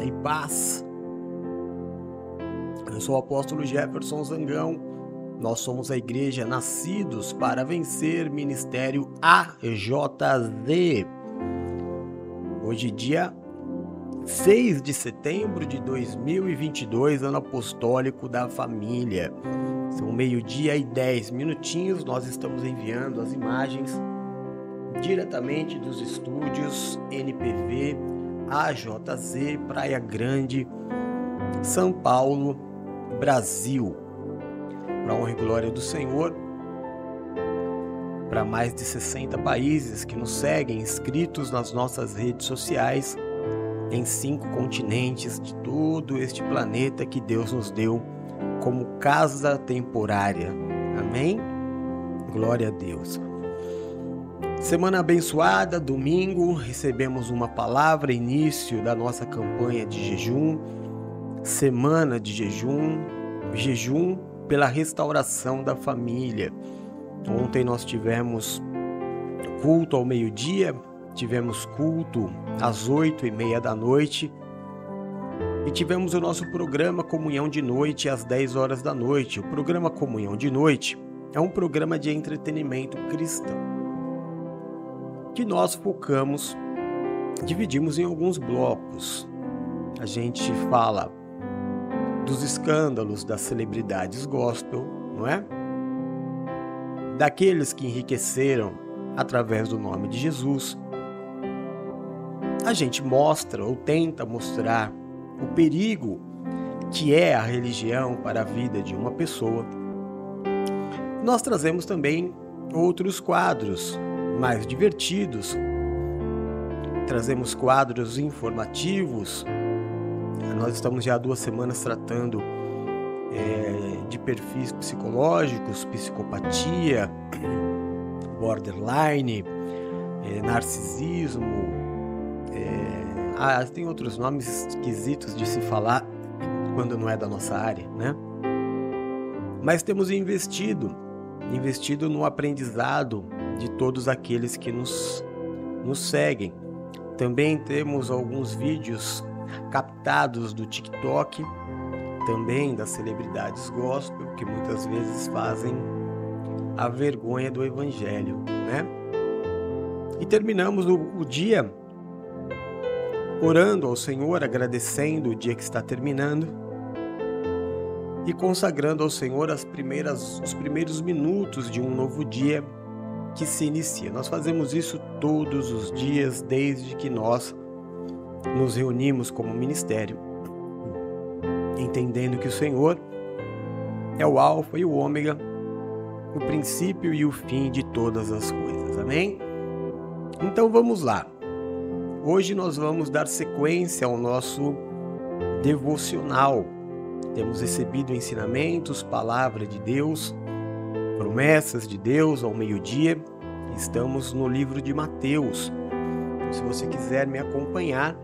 e paz. Eu sou o apóstolo Jefferson Zangão. Nós somos a igreja Nascidos para Vencer, Ministério AJZ. Hoje, dia 6 de setembro de 2022, ano apostólico da família. São 12h e 10 minutinhos. Nós estamos enviando as imagens diretamente dos estúdios NPV AJZ, Praia Grande, São Paulo, Brasil. Para a honra e glória do Senhor, para mais de 60 países que nos seguem, inscritos nas nossas redes sociais, em 5 continentes de todo este planeta que Deus nos deu como casa temporária. Amém? Glória a Deus. Semana abençoada, domingo, recebemos uma palavra, início da nossa campanha de jejum, semana de jejum pela restauração da família. Ontem nós tivemos culto ao meio-dia, tivemos culto às 8h30 da noite e tivemos o nosso programa Comunhão de Noite às 10 horas da noite. O programa Comunhão de Noite é um programa de entretenimento cristão que nós focamos, dividimos em alguns blocos. A gente fala dos escândalos das celebridades gospel, não é? Daqueles que enriqueceram através do nome de Jesus. A gente mostra ou tenta mostrar o perigo que é a religião para a vida de uma pessoa. Nós trazemos também outros quadros mais divertidos. Trazemos quadros informativos. Nós estamos já há 2 semanas tratando de perfis psicológicos, psicopatia, borderline, narcisismo. Tem outros nomes esquisitos de se falar quando não é da nossa área, né? Mas temos investido no aprendizado de todos aqueles que nos seguem. Também temos alguns vídeos captados do TikTok, também das celebridades gospel, que muitas vezes fazem a vergonha do evangelho, né? E terminamos o dia orando ao Senhor, agradecendo o dia que está terminando e consagrando ao Senhor os primeiros minutos de um novo dia que se inicia. Nós fazemos isso todos os dias, desde que nós nos reunimos como ministério, entendendo que o Senhor é o alfa e o ômega, o princípio e o fim de todas as coisas. Amém? Então vamos lá. Hoje nós vamos dar sequência ao nosso devocional. Temos recebido ensinamentos, palavra de Deus, promessas de Deus ao meio-dia. Estamos no livro de Mateus. Então, se você quiser me acompanhar,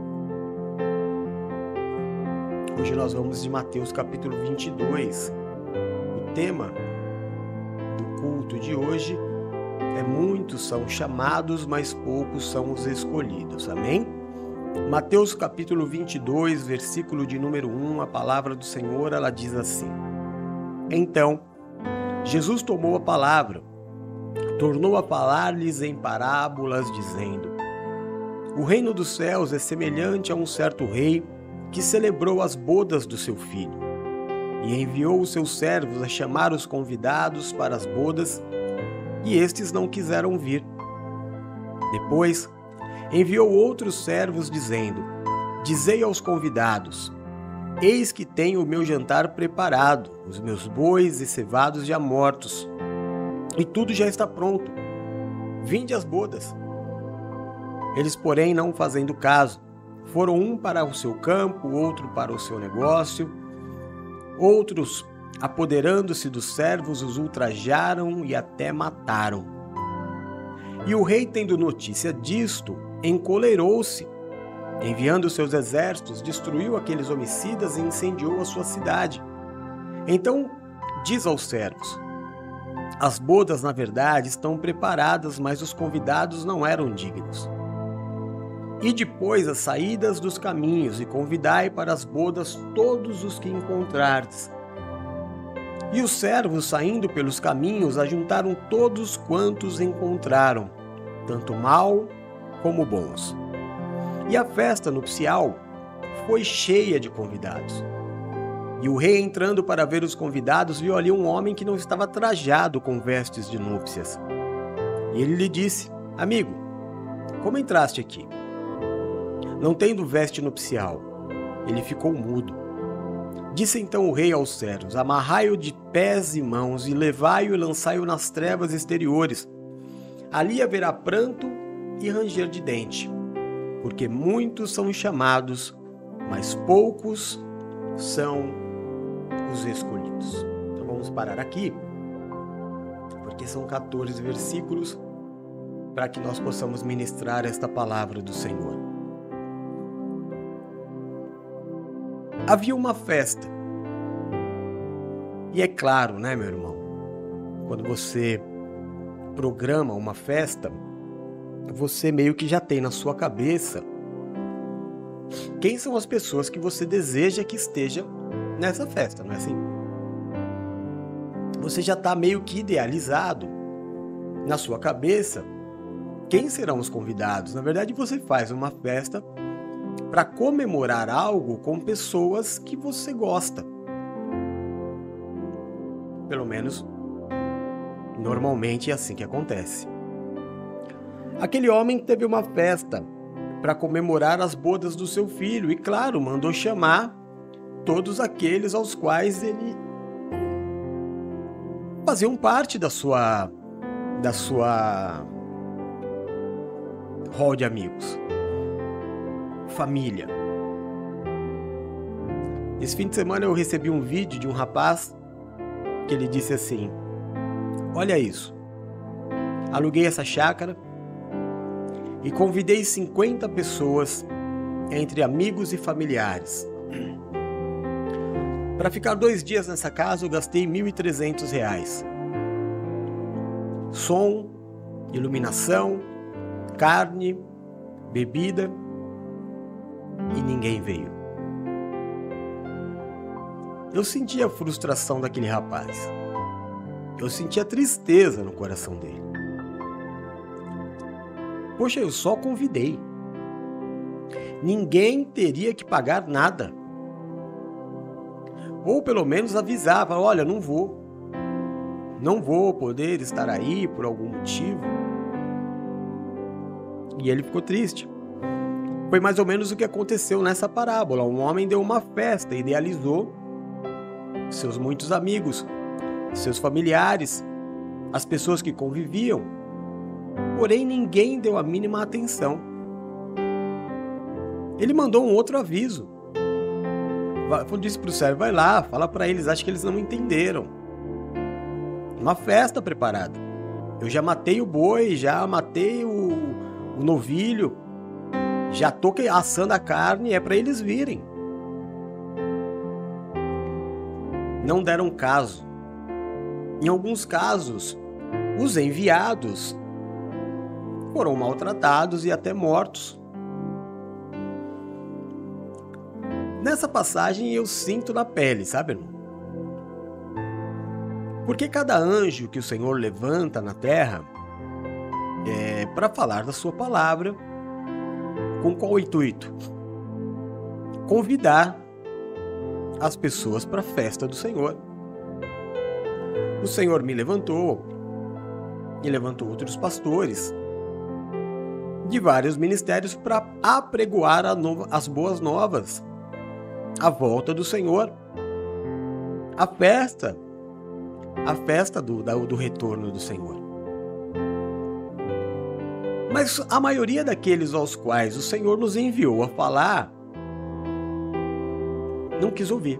hoje nós vamos de Mateus capítulo 22. O tema do culto de hoje é: muitos são chamados, mas poucos são os escolhidos. Amém? Mateus capítulo 22, versículo de número 1, a palavra do Senhor, ela diz assim: Então, Jesus tomou a palavra, tornou a falar-lhes em parábolas, dizendo: O reino dos céus é semelhante a um certo rei que celebrou as bodas do seu filho, e enviou os seus servos a chamar os convidados para as bodas, e estes não quiseram vir. Depois, enviou outros servos, dizendo: Dizei aos convidados: Eis que tenho o meu jantar preparado, os meus bois e cevados já mortos, e tudo já está pronto. Vinde às bodas. Eles, porém, não fazendo caso, foram um para o seu campo, outro para o seu negócio. Outros, apoderando-se dos servos, os ultrajaram e até mataram. E o rei, tendo notícia disto, encolerou-se. Enviando seus exércitos, destruiu aqueles homicidas e incendiou a sua cidade. Então diz aos servos: As bodas, na verdade, estão preparadas, mas os convidados não eram dignos. E depois as saídas dos caminhos, e convidai para as bodas todos os que encontrardes. E os servos, saindo pelos caminhos, ajuntaram todos quantos encontraram, tanto mal como bons. E a festa nupcial foi cheia de convidados. E o rei, entrando para ver os convidados, viu ali um homem que não estava trajado com vestes de núpcias. E ele lhe disse: amigo, como entraste aqui? Não tendo veste nupcial. Ele ficou mudo. Disse então o rei aos servos: amarrai-o de pés e mãos e levai-o e lançai-o nas trevas exteriores. Ali haverá pranto e ranger de dente, porque muitos são chamados, mas poucos são os escolhidos. Então vamos parar aqui, porque são 14 versículos para que nós possamos ministrar esta palavra do Senhor. Havia uma festa. E é claro, né, meu irmão? Quando você programa uma festa, você meio que já tem na sua cabeça quem são as pessoas que você deseja que esteja nessa festa, não é assim? Você já está meio que idealizado na sua cabeça quem serão os convidados. Na verdade, você faz uma festa para comemorar algo com pessoas que você gosta. Pelo menos, normalmente é assim que acontece. Aquele homem teve uma festa para comemorar as bodas do seu filho e, claro, mandou chamar todos aqueles aos quais ele faziam parte da sua hall de amigos, família. Esse fim de semana eu recebi um vídeo de um rapaz que ele disse assim: olha isso, aluguei essa chácara e convidei 50 pessoas, entre amigos e familiares. Para ficar 2 dias nessa casa eu gastei R$1.300. Som, iluminação, carne, bebida, e ninguém veio. Eu senti a frustração daquele rapaz. Eu senti a tristeza no coração dele. Poxa, eu só convidei. Ninguém teria que pagar nada. Ou pelo menos avisava: olha, não vou poder estar aí por algum motivo. E ele ficou triste. Foi mais ou menos o que aconteceu nessa parábola. Um homem deu uma festa, idealizou seus muitos amigos, seus familiares, as pessoas que conviviam. Porém, ninguém deu a mínima atenção. Ele mandou um outro aviso. Disse para o servo: vai lá, fala para eles, acho que eles não entenderam. Uma festa preparada. Eu já matei o boi, já matei o novilho, já tô assando a carne, é para eles virem. Não deram caso. Em alguns casos, os enviados foram maltratados e até mortos. Nessa passagem eu sinto na pele, sabe, irmão? Porque cada anjo que o Senhor levanta na terra é para falar da sua palavra. Com qual intuito? Convidar as pessoas para a festa do Senhor. O Senhor me levantou e levantou outros pastores de vários ministérios para apregoar as boas novas, a volta do Senhor, a festa do retorno do Senhor. Mas a maioria daqueles aos quais o Senhor nos enviou a falar não quis ouvir.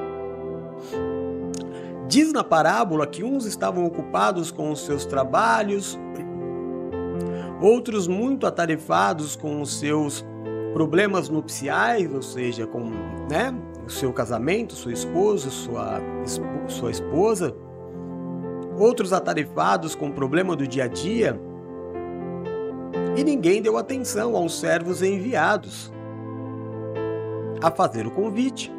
Diz na parábola que uns estavam ocupados com os seus trabalhos, outros muito atarefados com os seus problemas nupciais, ou seja, com o seu casamento, sua esposa, sua esposa, outros atarefados com o problema do dia a dia, E ninguém deu atenção aos servos enviados a fazer o convite.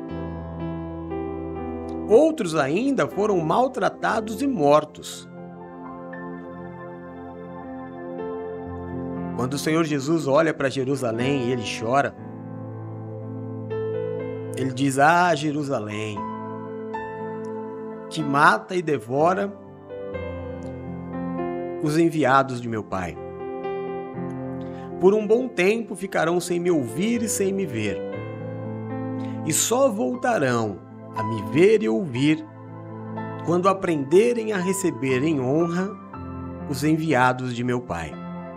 Outros ainda foram maltratados e mortos. Quando o Senhor Jesus olha para Jerusalém e ele chora, ele diz: "Ah, Jerusalém, que mata e devora os enviados de meu Pai. Por um bom tempo ficarão sem me ouvir e sem me ver, e só voltarão a me ver e ouvir quando aprenderem a receber em honra os enviados de meu Pai."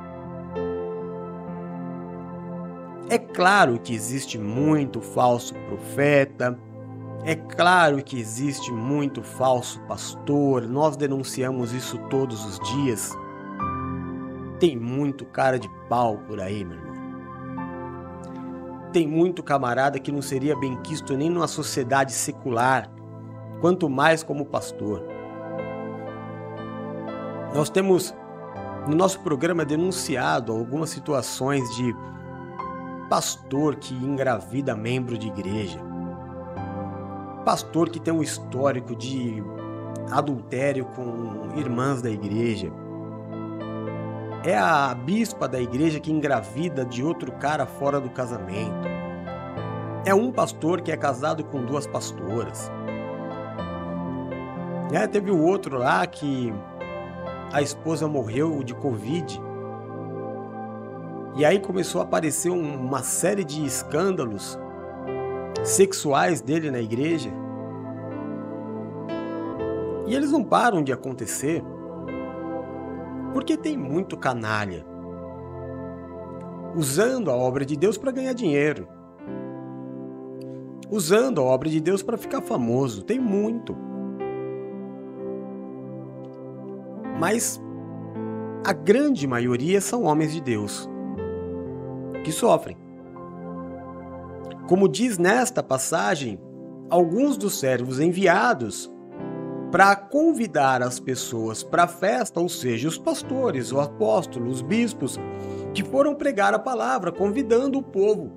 É claro que existe muito falso profeta, é claro que existe muito falso pastor, nós denunciamos isso todos os dias. Tem muito cara de pau por aí, meu irmão. Tem muito camarada que não seria bem quisto nem numa sociedade secular, quanto mais como pastor. Nós temos no nosso programa denunciado algumas situações de pastor que engravida membro de igreja, pastor que tem um histórico de adultério com irmãs da igreja, é a bispa da igreja que engravida de outro cara fora do casamento, é um pastor que é casado com 2 pastoras, teve o outro lá que a esposa morreu de Covid. E aí começou a aparecer uma série de escândalos sexuais dele na igreja. E eles não param de acontecer, porque tem muito canalha usando a obra de Deus para ganhar dinheiro, usando a obra de Deus para ficar famoso. Tem muito. Mas a grande maioria são homens de Deus que sofrem. Como diz nesta passagem, alguns dos servos enviados para convidar as pessoas para a festa, ou seja, os pastores, os apóstolos, os bispos, que foram pregar a palavra, convidando o povo,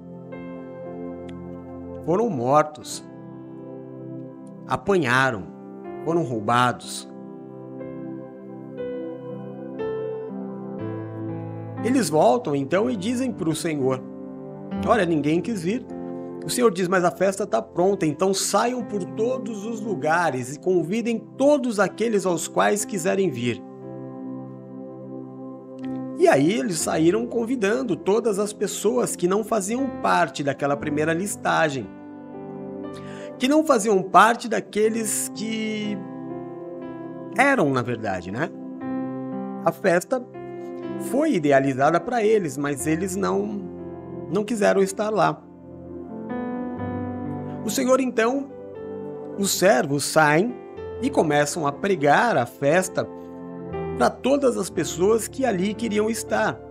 foram mortos, apanharam, foram roubados. Eles voltam então e dizem para o Senhor: "Olha, ninguém quis vir." O Senhor diz: "Mas a festa está pronta, então saiam por todos os lugares e convidem todos aqueles aos quais quiserem vir." E aí eles saíram convidando todas as pessoas que não faziam parte daquela primeira listagem, que não faziam parte daqueles que eram, na verdade, né? A festa foi idealizada para eles, mas eles não quiseram estar lá. O Senhor, então, os servos saem e começam a pregar a festa para todas as pessoas que ali queriam estar.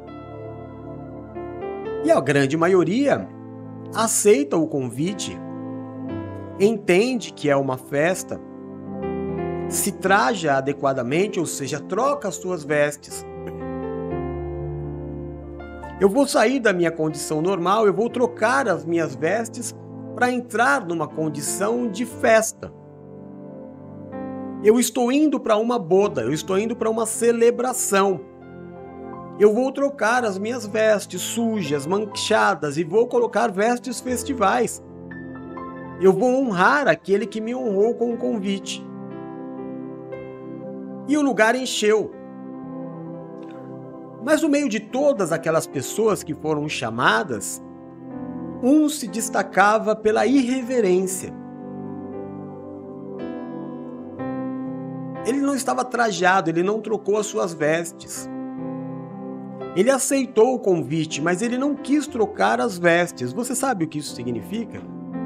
E a grande maioria aceita o convite, entende que é uma festa, se traja adequadamente, ou seja, troca as suas vestes. Eu vou sair da minha condição normal, eu vou trocar as minhas vestes para entrar numa condição de festa. Eu estou indo para uma boda, eu estou indo para uma celebração. Eu vou trocar as minhas vestes sujas, manchadas, e vou colocar vestes festivais. Eu vou honrar aquele que me honrou com o convite. E o lugar encheu. Mas no meio de todas aquelas pessoas que foram chamadas, um se destacava pela irreverência. Ele não estava trajado, ele não trocou as suas vestes. Ele aceitou o convite, mas ele não quis trocar as vestes. Você sabe o que isso significa?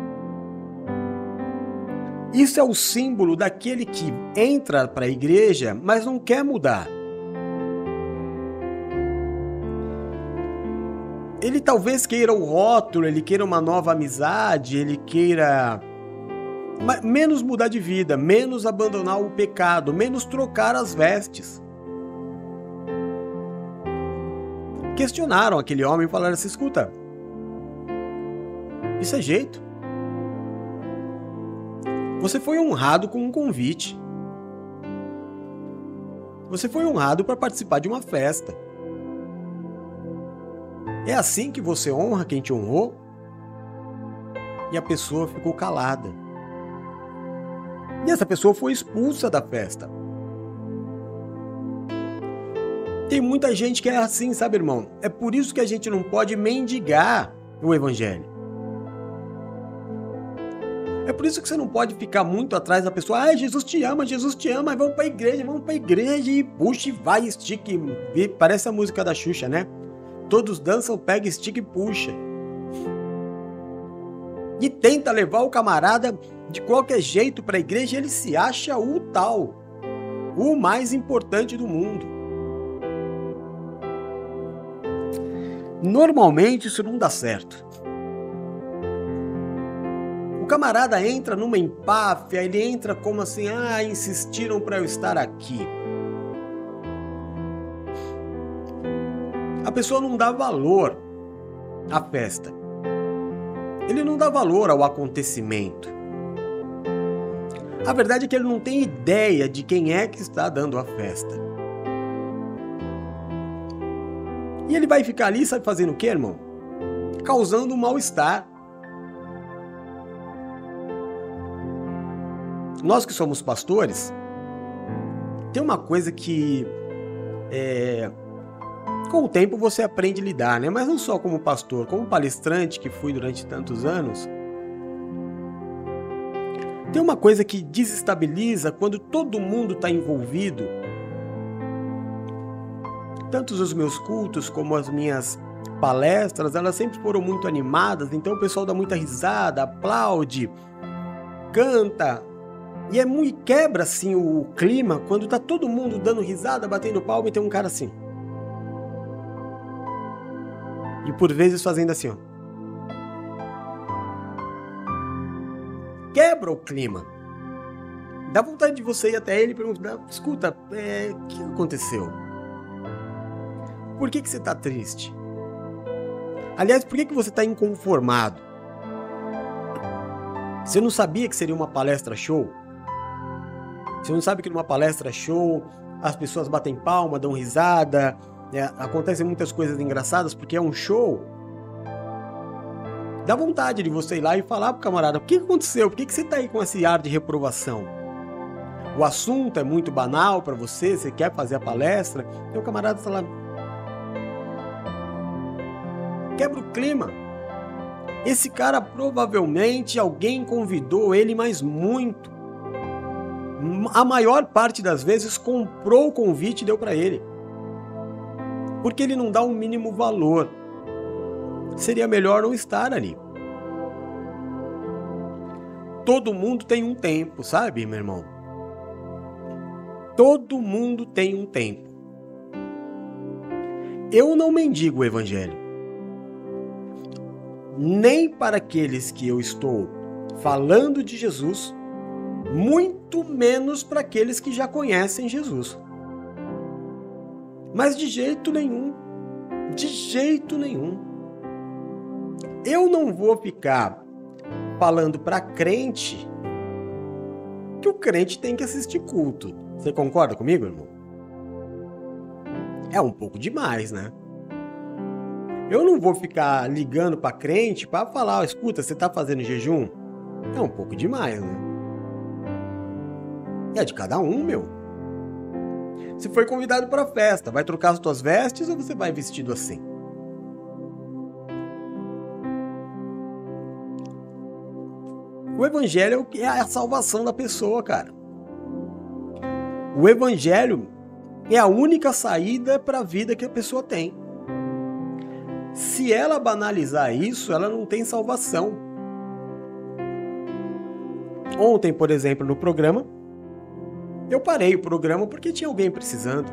Isso é o símbolo daquele que entra para a igreja, mas não quer mudar. Ele talvez queira o rótulo, ele queira uma nova amizade, ele queira menos mudar de vida, menos abandonar o pecado, menos trocar as vestes. questionaram aquele homem e falaram assim: escuta, isso é jeito? Você foi honrado com um convite. Você foi honrado para participar de uma festa. É assim que você honra quem te honrou? E a pessoa ficou calada. E essa pessoa foi expulsa da festa. Tem muita gente que é assim, sabe, irmão? É por isso que a gente não pode mendigar o evangelho. É por isso que você não pode ficar muito atrás da pessoa. Ah, Jesus te ama, vamos pra igreja, e puxa, e vai, estica, e parece a música da Xuxa, né? Todos dançam, pega, estica e puxa. E tenta levar o camarada de qualquer jeito pra igreja, e ele se acha o tal, o mais importante do mundo. Normalmente isso não dá certo. O camarada entra numa empáfia, ele entra como assim: ah, insistiram para eu estar aqui. A pessoa não dá valor à festa. Ele não dá valor ao acontecimento. A verdade é que ele não tem ideia de quem é que está dando a festa. E ele vai ficar ali, sabe fazendo o quê, irmão? Causando um mal-estar. Nós que somos pastores, tem uma coisa que com o tempo você aprende a lidar, né? Mas não só como pastor, como palestrante que fui durante tantos anos. Tem uma coisa que desestabiliza quando todo mundo está envolvido. Tanto os meus cultos como as minhas palestras, elas sempre foram muito animadas, então o pessoal dá muita risada, aplaude, canta. E quebra assim o clima quando tá todo mundo dando risada, batendo palma e tem um cara assim. E por vezes fazendo assim, ó. Quebra o clima. Dá vontade de você ir até ele e perguntar: escuta, o que aconteceu? Por que você tá triste? Aliás, por que você tá inconformado? Você não sabia que seria uma palestra show? Você não sabe que numa palestra show as pessoas batem palma, dão risada, acontecem muitas coisas engraçadas porque é um show? Dá vontade de você ir lá e falar pro camarada: o que aconteceu? Por que você tá aí com esse ar de reprovação? O assunto é muito banal para você, você quer fazer a palestra, e o camarada tá lá. Quebra o clima. Esse cara provavelmente alguém convidou ele, mas muito. A maior parte das vezes comprou o convite e deu para ele. Porque ele não dá o mínimo valor. Seria melhor não estar ali. Todo mundo tem um tempo, sabe, meu irmão? Todo mundo tem um tempo. Eu não mendigo o evangelho. Nem para aqueles que eu estou falando de Jesus, muito menos para aqueles que já conhecem Jesus. Mas de jeito nenhum. De jeito nenhum. Eu não vou ficar falando para crente que o crente tem que assistir culto. Você concorda comigo, irmão? É um pouco demais, né? Eu não vou ficar ligando para crente para falar: escuta, você tá fazendo jejum? É um pouco demais, né? É de cada um, meu. Se foi convidado para a festa, vai trocar as tuas vestes ou você vai vestido assim? O evangelho é a salvação da pessoa, cara. O evangelho é a única saída para a vida que a pessoa tem. Se ela banalizar isso, ela não tem salvação. Ontem, por exemplo, no programa, eu parei o programa porque tinha alguém precisando.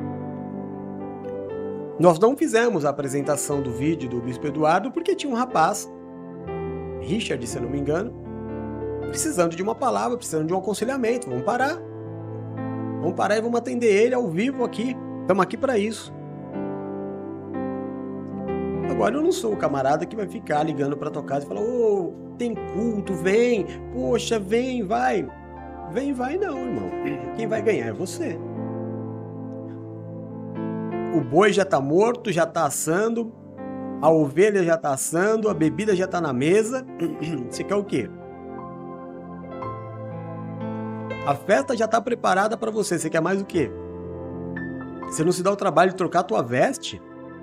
Nós não fizemos a apresentação do vídeo do Bispo Eduardo porque tinha um rapaz, Richard, se eu não me engano, precisando de uma palavra, precisando de um aconselhamento. Vamos parar e vamos atender ele ao vivo aqui. Estamos aqui para isso. agora eu não sou o camarada que vai ficar ligando para tua casa e falar: ô, tem culto, vem, poxa, vem, vai. Vem, vai não, irmão. Quem vai ganhar é você. O boi já tá morto, já tá assando, a ovelha já tá assando, a bebida já tá na mesa. Você quer o quê? A festa já tá preparada para você. Você quer mais o quê? Você não se dá o trabalho de trocar a tua veste?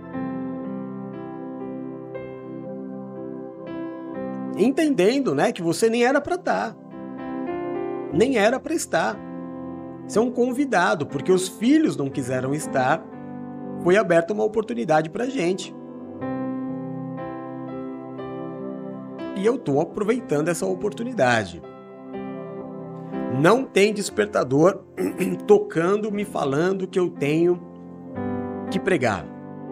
Entendendo, né, que você nem era para estar. Nem era para estar. Você é um convidado, porque os filhos não quiseram estar. Foi aberta uma oportunidade pra gente. E eu tô aproveitando essa oportunidade. Não tem despertador tocando, me falando que eu tenho que pregar.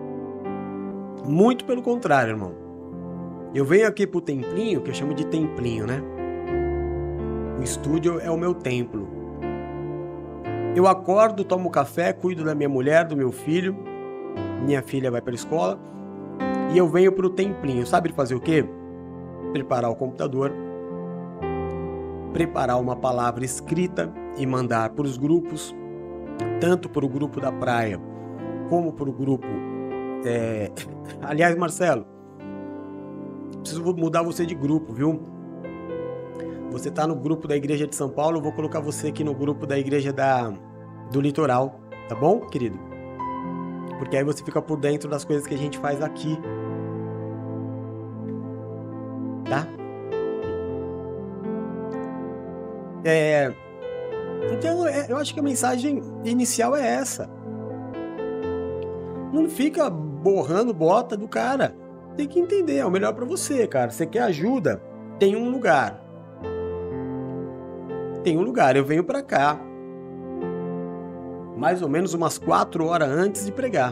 Muito pelo contrário, irmão. Eu venho aqui pro templinho, que eu chamo de templinho, né? O estúdio é o meu templo. Eu acordo, tomo café, cuido da minha mulher, do meu filho. Minha filha vai para a escola. E eu venho pro templinho. Sabe fazer o quê? Preparar o computador. Preparar uma palavra escrita e mandar para os grupos. Tanto para o grupo da praia, como para o grupo... Aliás, Marcelo, preciso mudar você de grupo, viu? Você tá no grupo da Igreja de São Paulo, eu vou colocar você aqui no grupo da Igreja do Litoral, tá bom, querido? Porque aí você fica por dentro das coisas que a gente faz aqui. Tá? Então, eu acho que a mensagem inicial é essa. Não fica borrando bota do cara. Tem que entender, é o melhor pra você, cara. Você quer ajuda? Tem um lugar. Tem um lugar, eu venho pra cá. Mais ou menos umas 4 horas antes de pregar.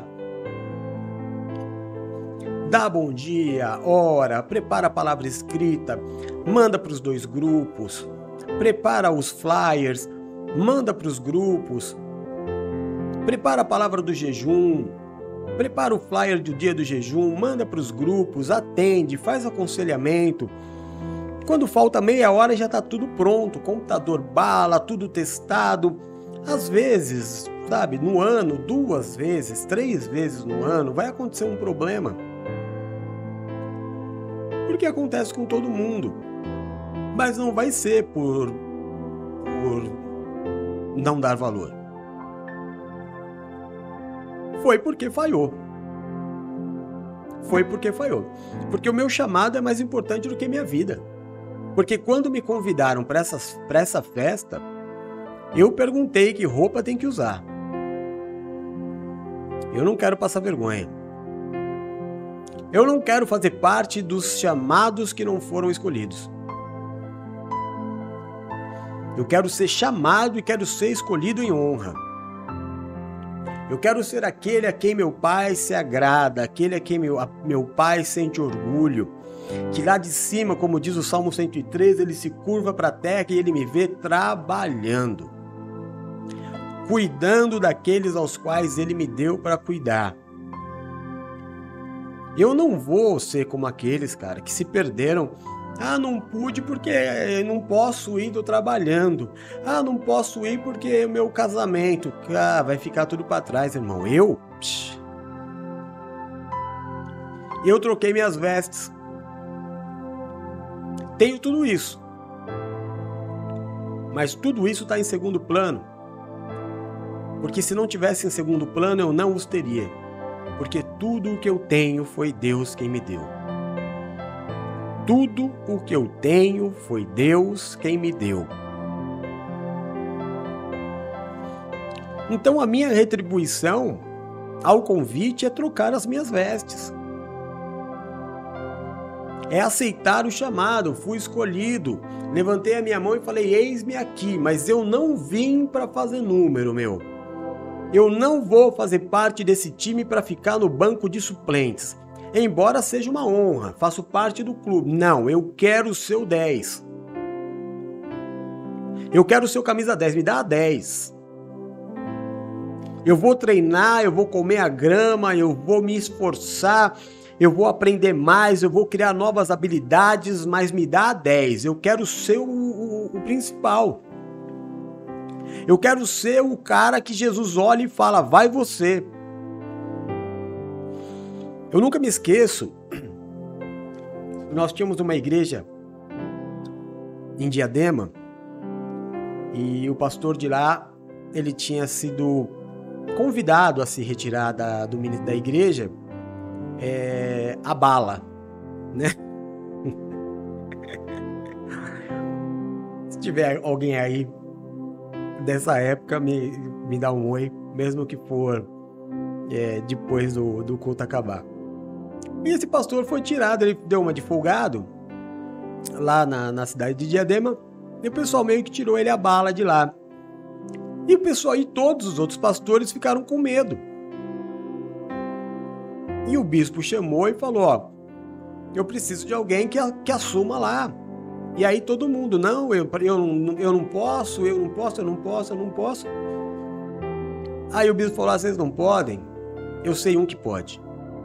Dá bom dia, ora, prepara a palavra escrita, manda para os 2 grupos, prepara os flyers, manda para os grupos, prepara a palavra do jejum, prepara o flyer do dia do jejum, manda para os grupos, atende, faz aconselhamento. Quando falta meia hora já está tudo pronto, computador bala, tudo testado. Às vezes, sabe, no ano, 2 vezes, 3 vezes no ano, vai acontecer um problema. Porque acontece com todo mundo. Mas não vai ser por não dar valor. Foi porque falhou. Foi porque falhou. Porque o meu chamado é mais importante do que minha vida. Porque quando me convidaram para essa festa, eu perguntei que roupa tem que usar. Eu não quero passar vergonha. Eu não quero fazer parte dos chamados que não foram escolhidos. Eu quero ser chamado e quero ser escolhido em honra. Eu quero ser aquele a quem meu Pai se agrada, aquele a quem meu Pai sente orgulho, que lá de cima, como diz o Salmo 103, ele se curva para a terra e ele me vê trabalhando, cuidando daqueles aos quais ele me deu para cuidar. Eu não vou ser como aqueles, cara, que se perderam. Ah, não pude porque não posso ir, tô trabalhando. Ah, não posso ir porque o meu casamento. Ah, vai ficar tudo para trás, irmão. Eu troquei minhas vestes. Tenho tudo isso. Mas tudo isso está em segundo plano. Porque se não tivesse em segundo plano, eu não os teria. Porque tudo o que eu tenho foi Deus quem me deu. Tudo o que eu tenho foi Deus quem me deu. Então a minha retribuição ao convite é trocar as minhas vestes. É aceitar o chamado, fui escolhido. Levantei a minha mão e falei, eis-me aqui, mas eu não vim para fazer número, meu. Eu não vou fazer parte desse time para ficar no banco de suplentes. Embora seja uma honra, faço parte do clube. Não, eu quero o seu 10. Eu quero o seu camisa 10, me dá a 10. Eu vou treinar, eu vou comer a grama, eu vou me esforçar, eu vou aprender mais, eu vou criar novas habilidades, mas me dá 10. Eu quero ser o principal. Eu quero ser o cara que Jesus olha e fala, vai você. Eu nunca me esqueço, nós tínhamos uma igreja em Diadema e o pastor de lá, ele tinha sido convidado a se retirar da igreja a bala, né? Se tiver alguém aí dessa época, me dá um oi, mesmo que for depois do culto acabar. E esse pastor foi tirado, ele deu uma de folgado lá na cidade de Diadema, e o pessoal meio que tirou ele a bala de lá. E o pessoal e todos os outros pastores ficaram com medo. E o bispo chamou e falou, ó, eu preciso de alguém que assuma lá. E aí todo mundo, não, eu não posso. Aí o bispo falou, vocês não podem? Eu sei um que pode.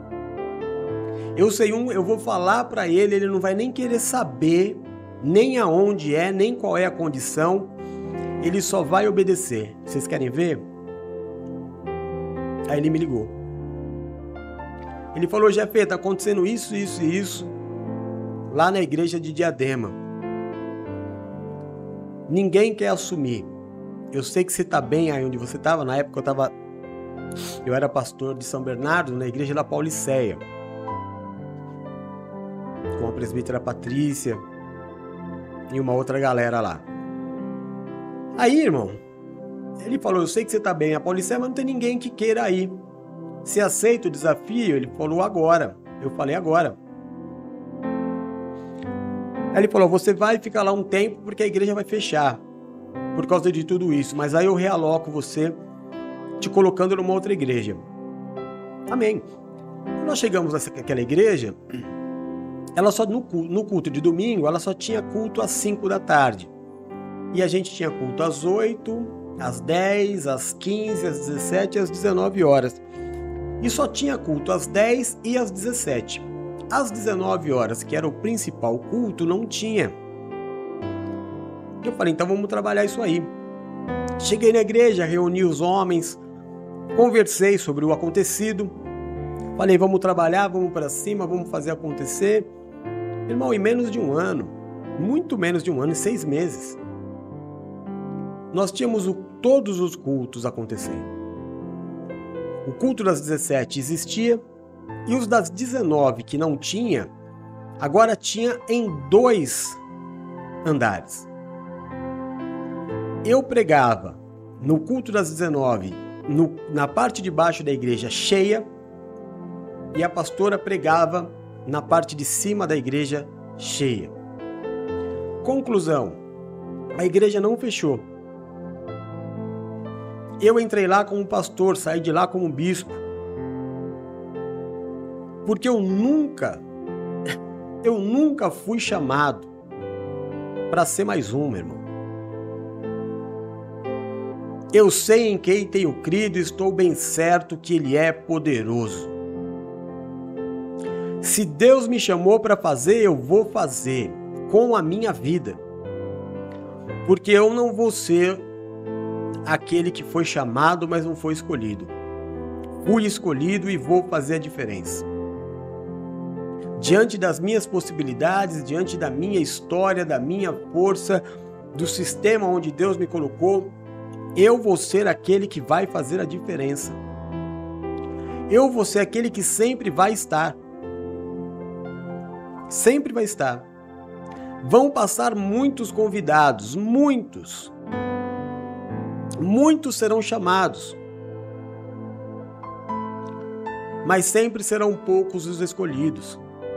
Eu vou falar para ele não vai nem querer saber nem aonde nem qual é a condição, ele só vai obedecer. Vocês querem ver? Aí ele me ligou. Ele falou, Jefê, tá acontecendo isso, isso e isso lá na igreja de Diadema. Ninguém quer assumir. Eu sei que você tá bem aí onde você estava. Na época eu era pastor de São Bernardo, na igreja da Pauliceia, com a presbítera Patrícia e uma outra galera lá. Aí, irmão, ele falou, eu sei que você tá bem, a Pauliceia, mas não tem ninguém que queira ir. Você aceita o desafio? Ele falou, agora. Eu falei, agora. Aí ele falou, você vai ficar lá um tempo porque a igreja vai fechar por causa de tudo isso, mas aí eu realoco você te colocando numa outra igreja. Amém. Quando nós chegamos naquela igreja, ela só no culto de domingo, ela só tinha culto às 5 da tarde. E a gente tinha culto às 8, às 10, às 15, às 17 e às 19 horas. E só tinha culto às 10 e às 17. Às 19 horas, que era o principal culto, não tinha. Eu falei, então vamos trabalhar isso aí. Cheguei na igreja, reuni os homens, conversei sobre o acontecido. Falei, vamos trabalhar, vamos para cima, vamos fazer acontecer. Irmão, em menos de um ano, muito menos de um ano, em 6 meses, nós tínhamos todos os cultos acontecendo. O culto das 17 existia e os das 19 que não tinha, agora tinha em 2 andares. Eu pregava no culto das 19, na parte de baixo da igreja cheia, e a pastora pregava na parte de cima da igreja cheia. Conclusão, a igreja não fechou. Eu entrei lá como pastor, saí de lá como bispo. Porque eu nunca fui chamado para ser mais um, meu irmão. Eu sei em quem tenho crido e estou bem certo que Ele é poderoso. Se Deus me chamou para fazer, eu vou fazer com a minha vida. Porque eu não vou ser aquele que foi chamado, mas não foi escolhido. Fui escolhido e vou fazer a diferença. Diante das minhas possibilidades, diante da minha história, da minha força, do sistema onde Deus me colocou, eu vou ser aquele que vai fazer a diferença. Eu vou ser aquele que sempre vai estar. Sempre vai estar. Vão passar muitos convidados, muitos. Muitos serão chamados. Mas sempre serão poucos os escolhidos.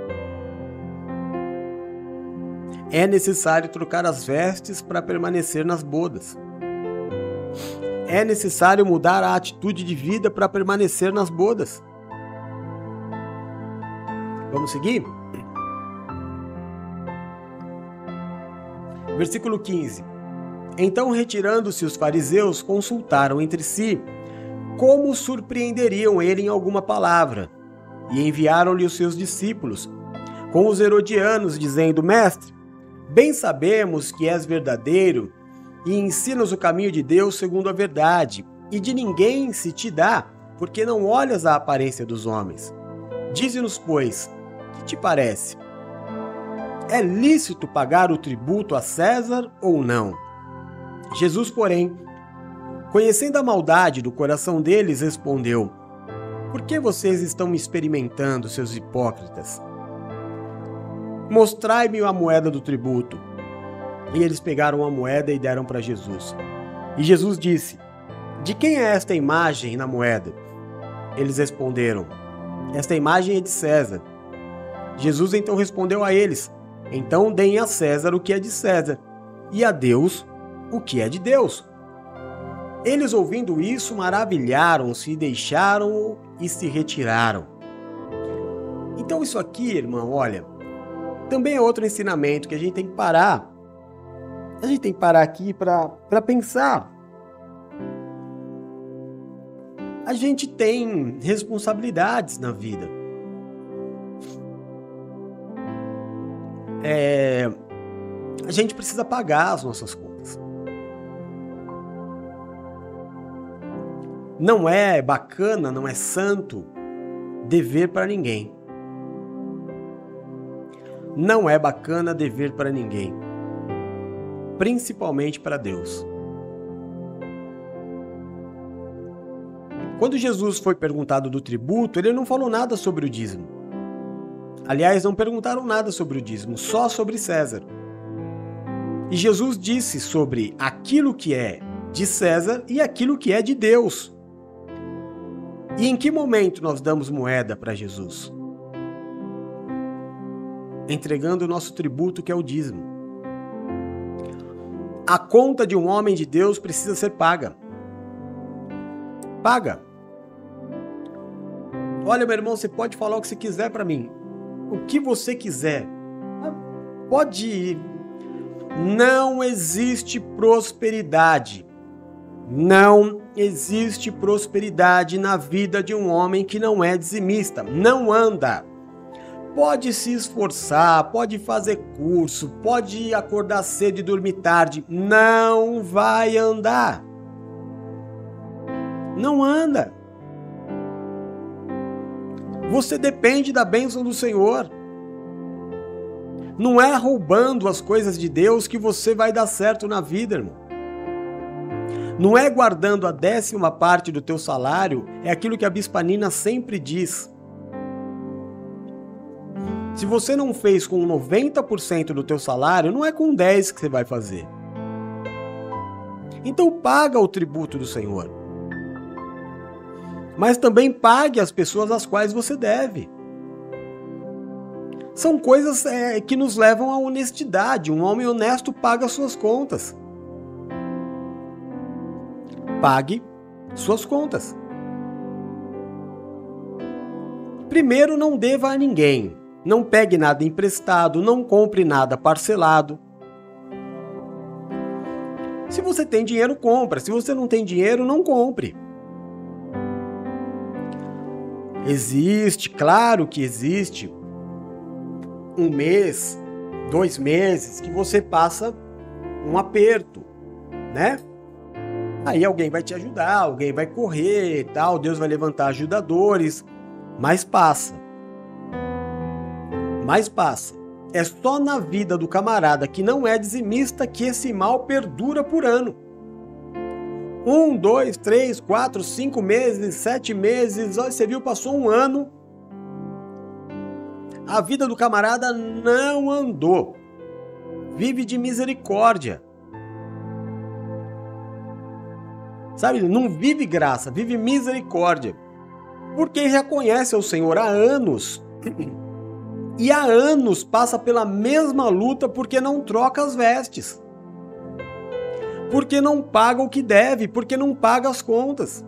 É necessário trocar as vestes para permanecer nas bodas. É necessário mudar a atitude de vida para permanecer nas bodas. Vamos seguir? Versículo 15. Então, retirando-se os fariseus, consultaram entre si como surpreenderiam ele em alguma palavra. e enviaram-lhe os seus discípulos, com os herodianos, dizendo: Mestre, bem sabemos que és verdadeiro e ensinas o caminho de Deus segundo a verdade, e de ninguém se te dá, porque não olhas a aparência dos homens. Dize-nos, pois, que te parece? É lícito pagar o tributo a César ou não? Jesus, porém, conhecendo a maldade do coração deles, respondeu: Por que vocês estão me experimentando, seus hipócritas? Mostrai-me a moeda do tributo. E eles pegaram a moeda e deram para Jesus. E Jesus disse: De quem é esta imagem na moeda? Eles responderam: Esta imagem é de César. Jesus então respondeu a eles: Então deem a César o que é de César, e a Deus o que é de Deus. Eles, ouvindo isso, maravilharam-se, deixaram-o e se retiraram. Então isso aqui, irmão, olha, também é outro ensinamento que a gente tem que parar. A gente tem que parar aqui para pensar. A gente tem responsabilidades na vida. A gente precisa pagar as nossas contas. Não é bacana, não é santo dever para ninguém. Não é bacana dever para ninguém, principalmente para Deus. Quando Jesus foi perguntado do tributo, ele não falou nada sobre o dízimo. Aliás, não perguntaram nada sobre o dízimo, só sobre César. E Jesus disse sobre aquilo que é de César e aquilo que é de Deus. E em que momento nós damos moeda para Jesus? Entregando o nosso tributo, que é o dízimo. A conta de um homem de Deus precisa ser paga. Paga. Olha, meu irmão, você pode falar o que você quiser para mim. O que você quiser. Pode ir. Não existe prosperidade. Não existe prosperidade na vida de um homem que não é dizimista. Não anda. Pode se esforçar, pode fazer curso, pode acordar cedo e dormir tarde. Não vai andar. Não anda. Você depende da bênção do Senhor. Não é roubando as coisas de Deus que você vai dar certo na vida, irmão. Não é guardando a 10ª parte do teu salário, é aquilo que a Bispa Nina sempre diz. Se você não fez com 90% do teu salário, não é com 10 que você vai fazer. Então paga o tributo do Senhor. Mas também pague as pessoas às quais você deve. São coisas que nos levam à honestidade. Um homem honesto paga suas contas. Pague suas contas. Primeiro, não deva a ninguém. Não pegue nada emprestado, não compre nada parcelado. Se você tem dinheiro, compra. Se você não tem dinheiro, não compre. Existe, claro que existe, 1 mês, 2 meses que você passa um aperto, né? Aí alguém vai te ajudar, alguém vai correr e tal, Deus vai levantar ajudadores, mas passa. Mas passa. É só na vida do camarada que não é dizimista que esse mal perdura por ano. 1, 2, 3, 4, 5 meses, 7 meses, olha, você viu, passou 1 ano. A vida do camarada não andou. Vive de misericórdia. Sabe, não vive graça, vive misericórdia. Porque já conhece o Senhor há anos. E há anos passa pela mesma luta porque não troca as vestes. Porque não paga o que deve, porque não paga as contas.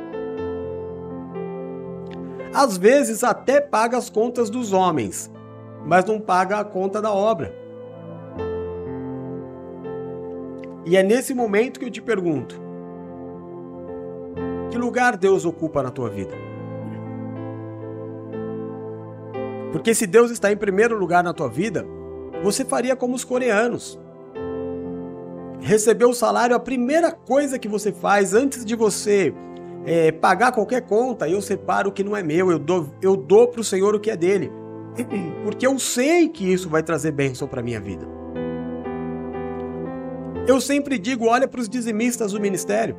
Às vezes até paga as contas dos homens, mas não paga a conta da obra. E é nesse momento que eu te pergunto: que lugar Deus ocupa na tua vida? Porque se Deus está em primeiro lugar na tua vida, você faria como os coreanos. Receber o salário, a primeira coisa que você faz antes de você pagar qualquer conta, eu separo o que não é meu, eu dou para o Senhor o que é dele. Porque eu sei que isso vai trazer bênção para a minha vida. Eu sempre digo, olha para os dizimistas do ministério.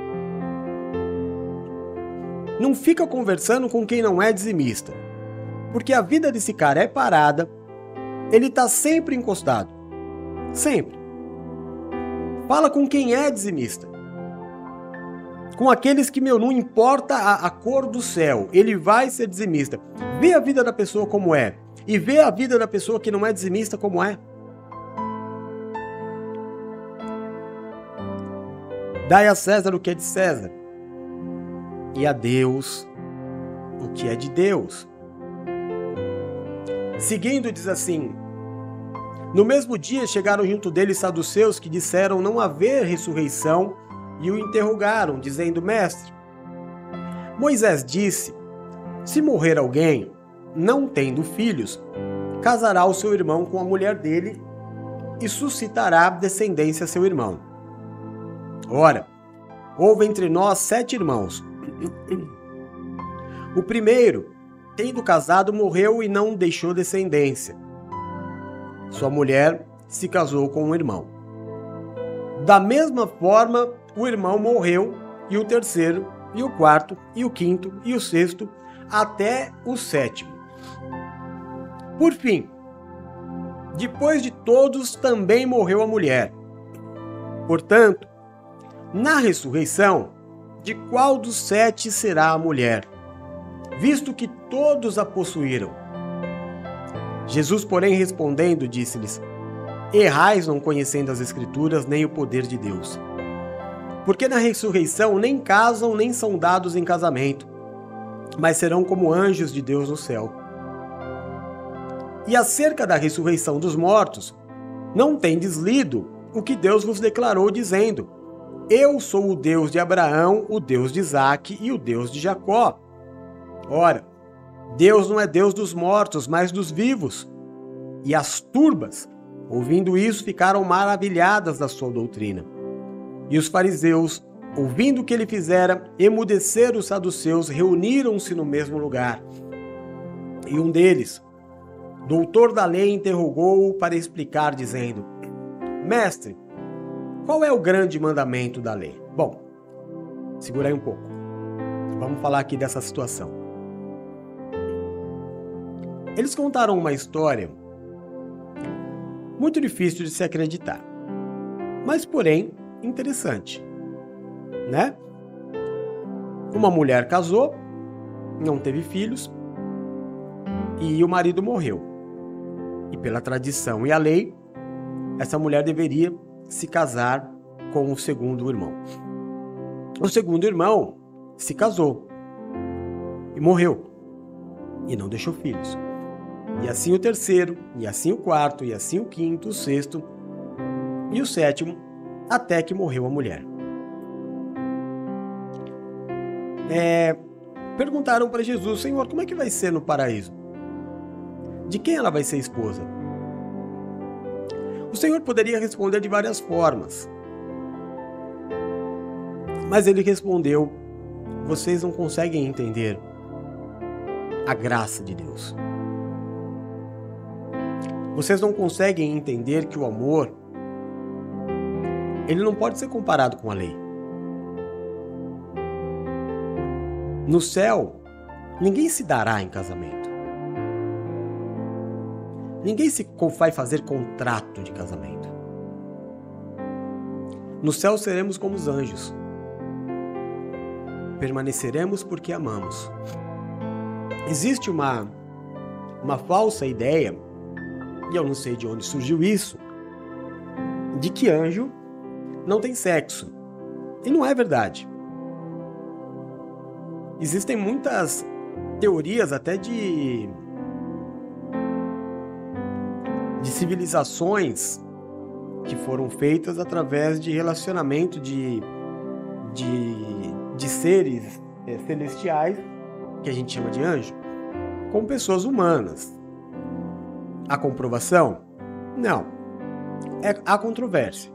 Não fica conversando com quem não é dizimista. Porque a vida desse cara é parada, ele está sempre encostado. Sempre. Fala com quem é dizimista. Com aqueles que, não importa a cor do céu, ele vai ser dizimista. Vê a vida da pessoa como é. E vê a vida da pessoa que não é dizimista como é. Dai a César o que é de César. E a Deus o que é de Deus. Seguindo, diz assim: no mesmo dia chegaram junto dele saduceus que disseram não haver ressurreição e o interrogaram, dizendo: Mestre, Moisés disse, se morrer alguém, não tendo filhos, casará o seu irmão com a mulher dele e suscitará descendência a seu irmão. Ora, houve entre nós 7 irmãos. O primeiro, tendo casado, morreu e não deixou descendência. Sua mulher se casou com um irmão. Da mesma forma, o irmão morreu, e o terceiro, e o quarto, e o quinto, e o sexto, até o 7º. Por fim, depois de todos, também morreu a mulher. Portanto, na ressurreição, de qual dos 7 será a mulher? Visto que todos a possuíram. Jesus, porém, respondendo, disse-lhes: errais não conhecendo as Escrituras nem o poder de Deus. Porque na ressurreição nem casam nem são dados em casamento, mas serão como anjos de Deus no céu. E acerca da ressurreição dos mortos, não tendes lido o que Deus vos declarou, dizendo: eu sou o Deus de Abraão, o Deus de Isaque e o Deus de Jacó. Ora, Deus não é Deus dos mortos, mas dos vivos. E as turbas, ouvindo isso, ficaram maravilhadas da sua doutrina. E os fariseus, ouvindo o que ele fizera, emudeceram os saduceus, reuniram-se no mesmo lugar. E um deles, doutor da lei, interrogou-o para explicar, dizendo: Mestre, qual é o grande mandamento da lei? Bom, segura aí um pouco. Vamos falar aqui dessa situação. Eles contaram uma história muito difícil de se acreditar, mas porém interessante, né? Uma mulher casou, não teve filhos e o marido morreu. E pela tradição e a lei, essa mulher deveria se casar com o segundo irmão. O segundo irmão se casou e morreu e não deixou filhos. E assim o terceiro, e assim o quarto, e assim o quinto, o sexto e o 7º, até que morreu a mulher. Perguntaram para Jesus: Senhor, como é que vai ser no paraíso? De quem ela vai ser esposa? O Senhor poderia responder de várias formas, mas ele respondeu: vocês não conseguem entender a graça de Deus. Vocês não conseguem entender que o amor, ele não pode ser comparado com a lei. No céu, ninguém se dará em casamento. Ninguém se vai fazer contrato de casamento. No céu seremos como os anjos. Permaneceremos porque amamos. Existe uma falsa ideia, e eu não sei de onde surgiu isso, de que anjo não tem sexo. E não é verdade. Existem muitas teorias até de civilizações que foram feitas através de relacionamento de seres celestiais, que a gente chama de anjo, com pessoas humanas. Há comprovação? Não. Há controvérsia.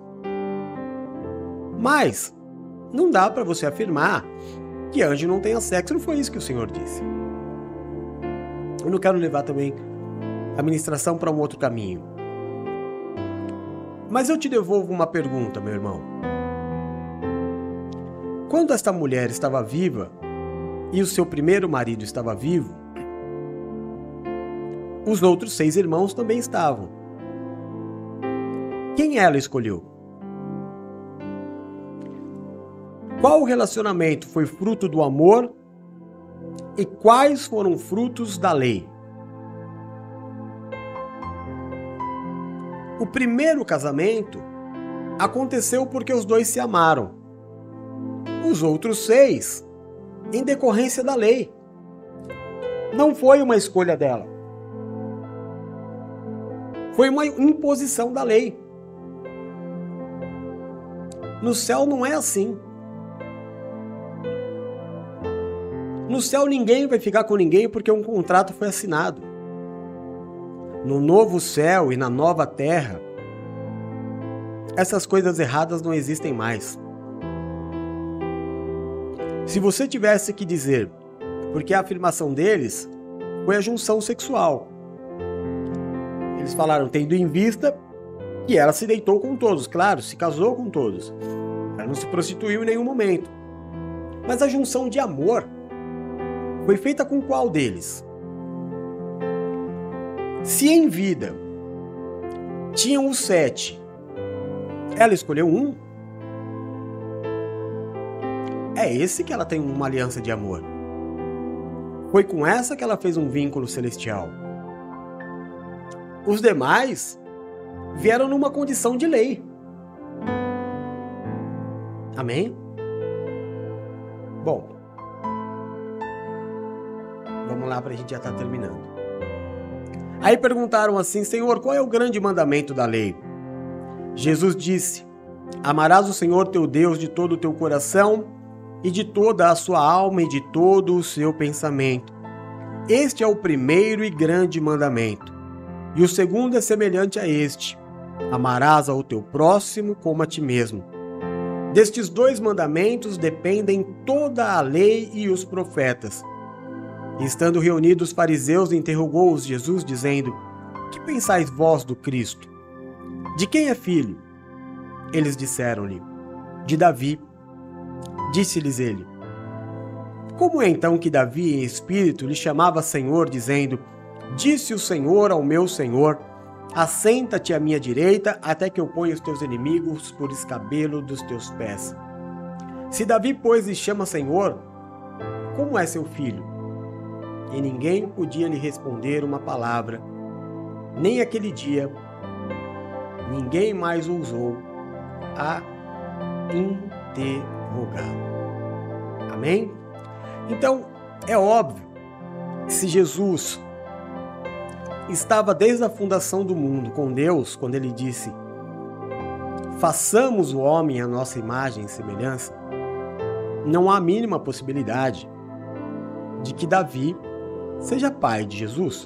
Mas não dá para você afirmar que anjo não tenha sexo. Não foi isso que o Senhor disse. Eu não quero levar também a ministração para um outro caminho. Mas eu te devolvo uma pergunta, meu irmão. Quando esta mulher estava viva e o seu primeiro marido estava vivo, os outros 6 irmãos também estavam. Quem ela escolheu? Qual relacionamento foi fruto do amor e quais foram frutos da lei? O primeiro casamento aconteceu porque os 2 se amaram. Os outros 6, em decorrência da lei. Não foi uma escolha dela. Foi uma imposição da lei. No céu não é assim. No céu ninguém vai ficar com ninguém porque um contrato foi assinado. No novo céu e na nova terra, essas coisas erradas não existem mais. Se você tivesse que dizer, porque a afirmação deles foi a junção sexual. Eles falaram, tendo em vista que ela se deitou com todos, claro, se casou com todos. Ela não se prostituiu em nenhum momento. Mas a junção de amor foi feita com qual deles? Se em vida tinham os 7, ela escolheu um. É esse que ela tem uma aliança de amor. Foi com essa que ela fez um vínculo celestial. Os demais vieram numa condição de lei. Amém? Bom, vamos lá para a gente já estar terminando. Aí perguntaram assim, Senhor, qual é o grande mandamento da lei? Jesus disse, amarás o Senhor teu Deus de todo o teu coração e de toda a sua alma e de todo o seu pensamento. Este é o primeiro e grande mandamento. E o segundo é semelhante a este, amarás ao teu próximo como a ti mesmo. Destes 2 mandamentos dependem toda a lei e os profetas. E estando reunidos os fariseus, interrogou-os Jesus, dizendo, que pensais vós do Cristo? De quem é filho? Eles disseram-lhe, de Davi. Disse-lhes ele, como é então que Davi, em espírito, lhe chamava Senhor, dizendo, disse o Senhor ao meu Senhor, assenta-te à minha direita, até que eu ponha os teus inimigos por escabelo dos teus pés. Se Davi, pois, lhe chama Senhor, como é seu filho? E ninguém podia lhe responder uma palavra, nem aquele dia, ninguém mais ousou a interrogá-lo. Amém? Então, é óbvio que se Jesus estava desde a fundação do mundo com Deus, quando ele disse, façamos o homem à nossa imagem e semelhança, não há a mínima possibilidade de que Davi seja pai de Jesus.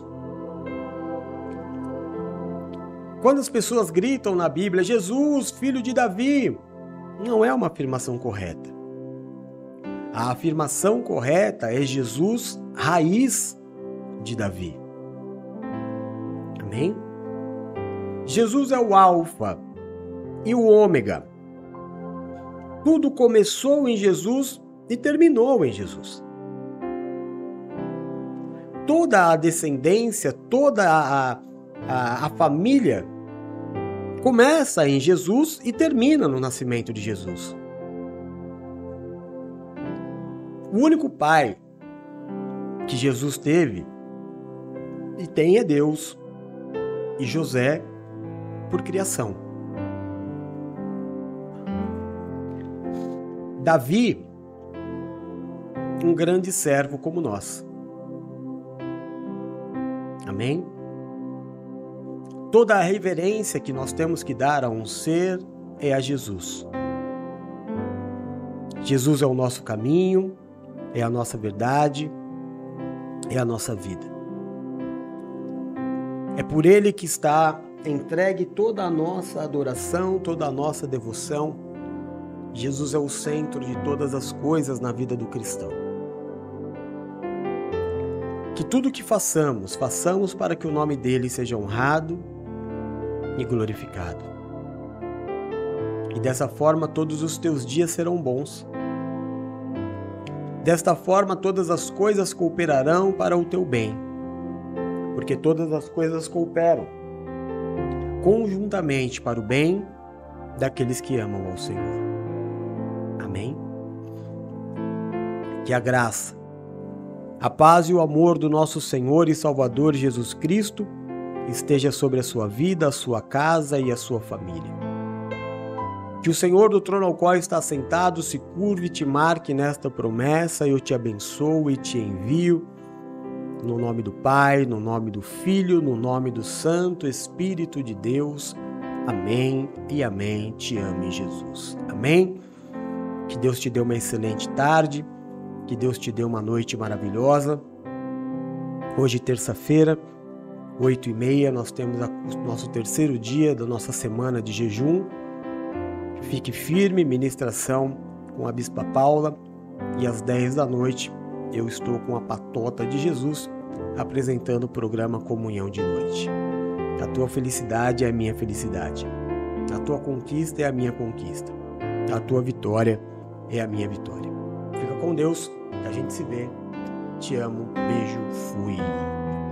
Quando as pessoas gritam na Bíblia, Jesus, filho de Davi, não é uma afirmação correta. A afirmação correta é Jesus, raiz de Davi. Amém? Jesus é o Alfa e o Ômega. Tudo começou em Jesus e terminou em Jesus. Toda a descendência, toda a família começa em Jesus e termina no nascimento de Jesus. O único pai que Jesus teve e tem é Deus e José por criação. Davi, um grande servo como nós. Amém? Toda a reverência que nós temos que dar a um ser é a Jesus. Jesus é o nosso caminho, é a nossa verdade, é a nossa vida. É por Ele que está entregue toda a nossa adoração, toda a nossa devoção. Jesus é o centro de todas as coisas na vida do cristão. Que tudo que façamos, façamos para que o nome dele seja honrado e glorificado. E dessa forma todos os teus dias serão bons. Desta forma todas as coisas cooperarão para o teu bem, porque todas as coisas cooperam conjuntamente para o bem daqueles que amam ao Senhor. Amém? Que a graça, a paz e o amor do nosso Senhor e Salvador Jesus Cristo esteja sobre a sua vida, a sua casa e a sua família. Que o Senhor do trono ao qual está sentado se curve e te marque nesta promessa. Eu te abençoo e te envio no nome do Pai, no nome do Filho, no nome do Santo Espírito de Deus. Amém e amém. Te amo em Jesus. Amém? Que Deus te dê uma excelente tarde, que Deus te dê uma noite maravilhosa. Hoje, terça-feira, 8h30, nós temos o nosso terceiro dia da nossa semana de jejum. Fique firme, ministração com a Bispa Paula, e às 10 da noite eu estou com a Patota de Jesus apresentando o programa Comunhão de Noite. A tua felicidade é a minha felicidade, a tua conquista é a minha conquista, a tua vitória é a minha vitória. Fica com Deus, que a gente se vê. Te amo, beijo, fui.